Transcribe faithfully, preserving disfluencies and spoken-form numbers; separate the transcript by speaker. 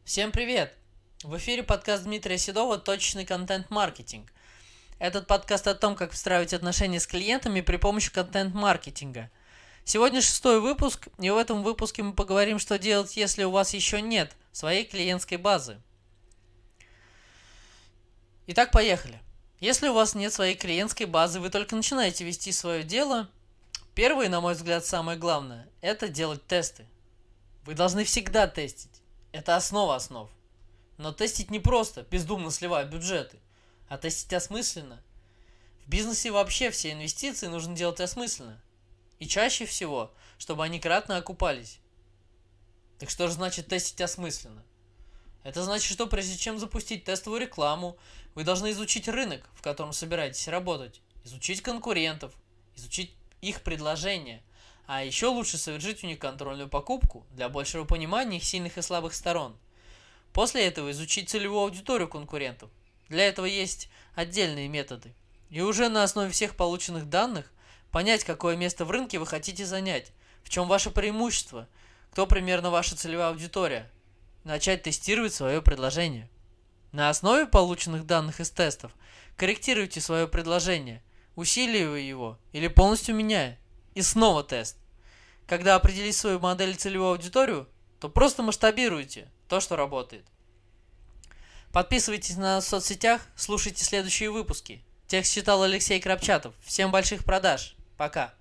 Speaker 1: Всем привет! В эфире подкаст Дмитрия Седова «Точечный контент-маркетинг». Этот подкаст о том, как выстраивать отношения с клиентами при помощи контент-маркетинга. Сегодня шестой выпуск, и в этом выпуске мы поговорим, что делать, если у вас еще нет своей клиентской базы. Итак, поехали. Если у вас нет своей клиентской базы, вы только начинаете вести свое дело, первое, и, на мой взгляд, самое главное, это делать тесты. Вы должны всегда тестить. Это основа основ. Но тестить не просто, бездумно сливая бюджеты, а тестить осмысленно. В бизнесе вообще все инвестиции нужно делать осмысленно. И чаще всего, чтобы они кратно окупались. Так что же значит тестить осмысленно? Это значит, что прежде чем запустить тестовую рекламу, вы должны изучить рынок, в котором собираетесь работать, изучить конкурентов, изучить их предложения, а еще лучше совершить у них контрольную покупку для большего понимания их сильных и слабых сторон. После этого изучить целевую аудиторию конкурентов. Для этого есть отдельные методы. И уже на основе всех полученных данных понять, какое место в рынке вы хотите занять, в чем ваше преимущество, кто примерно ваша целевая аудитория. Начать тестировать свое предложение. На основе полученных данных из тестов корректируйте свое предложение, усиливая его или полностью меняя. И снова тест. Когда определите свою модель и целевую аудиторию, то просто масштабируйте то, что работает. Подписывайтесь на нас в соцсетях, слушайте следующие выпуски. Текст читал Алексей Кропчатов. Всем больших продаж. Пока.